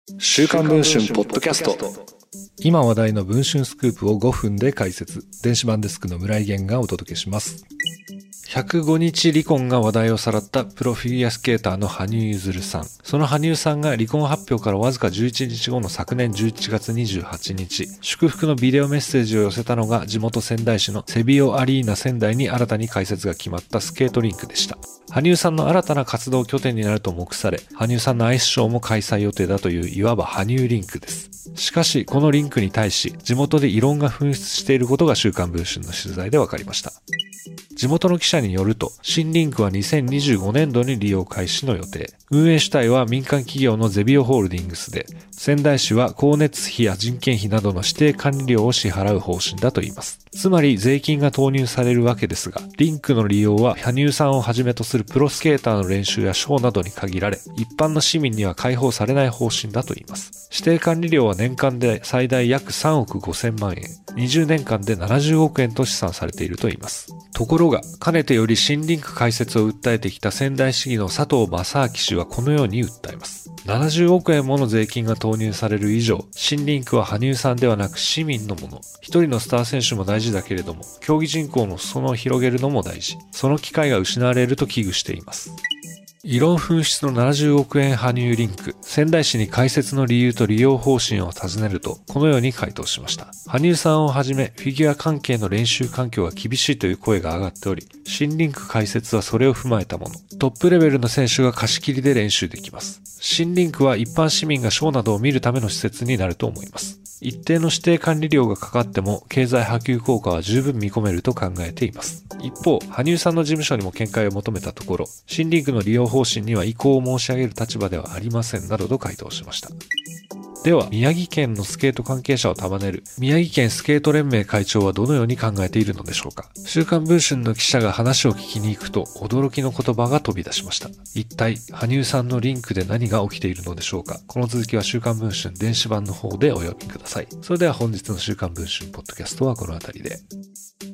週刊文春ポッドキャスト。 今話題の文春スクープを5分で解説。電子版デスクの村井源がお届けします。105日離婚が話題をさらったプロフィギュアスケーターの羽生結弦さん。その羽生さんが離婚発表からわずか11日後の昨年11月28日、祝福のビデオメッセージを寄せたのが地元仙台市のセビオアリーナ仙台に新たに開設が決まったスケートリンクでした。羽生さんの新たな活動拠点になると目され、羽生さんのアイスショーも開催予定だといういわば羽生リンクです。しかし、このリンクに対し、地元で異論が噴出していることが週刊文春の取材で分かりました。地元の記者によると、新リンクは2025年度に利用開始の予定。運営主体は民間企業のゼビオホールディングスで、仙台市は光熱費や人件費などの指定管理料を支払う方針だといいます。つまり税金が投入されるわけですが、リンクの利用は羽生さんをはじめとするプロスケーターの練習やショーなどに限られ、一般の市民には開放されない方針だといいます。指定管理料は年間で最大約3億5000万円、20年間で70億円と試算されているといいます。ところが、かねてより新リンク開設を訴えてきた仙台市議の佐藤正明氏はこのように訴えます。70億円もの税金が投入される以上、新リンクは羽生さんではなく市民のもの。一人のスター選手も大事だけれども、競技人口の裾野を広げるのも大事。その機会が失われると危惧しています。異論噴出の70億円羽生リンク。仙台市に開設の理由と利用方針を尋ねると、このように回答しました。羽生さんをはじめ、フィギュア関係の練習環境が厳しいという声が上がっており、新リンク開設はそれを踏まえたもの。トップレベルの選手が貸し切りで練習できます。新リンクは一般市民がショーなどを見るための施設になると思います。一定の指定管理料がかかっても経済波及効果は十分見込めると考えています。一方、羽生さんの事務所にも見解を求めたところ、新リンクの利用方針には意向を申し上げる立場ではありませんなどと回答しました。では、宮城県のスケート関係者を束ねる宮城県スケート連盟会長はどのように考えているのでしょうか。週刊文春の記者が話を聞きに行くと驚きの言葉が飛び出しました。一体、羽生さんのリンクで何が起きているのでしょうか。この続きは週刊文春電子版の方でお読みください。それでは本日の週刊文春ポッドキャストはこの辺りで。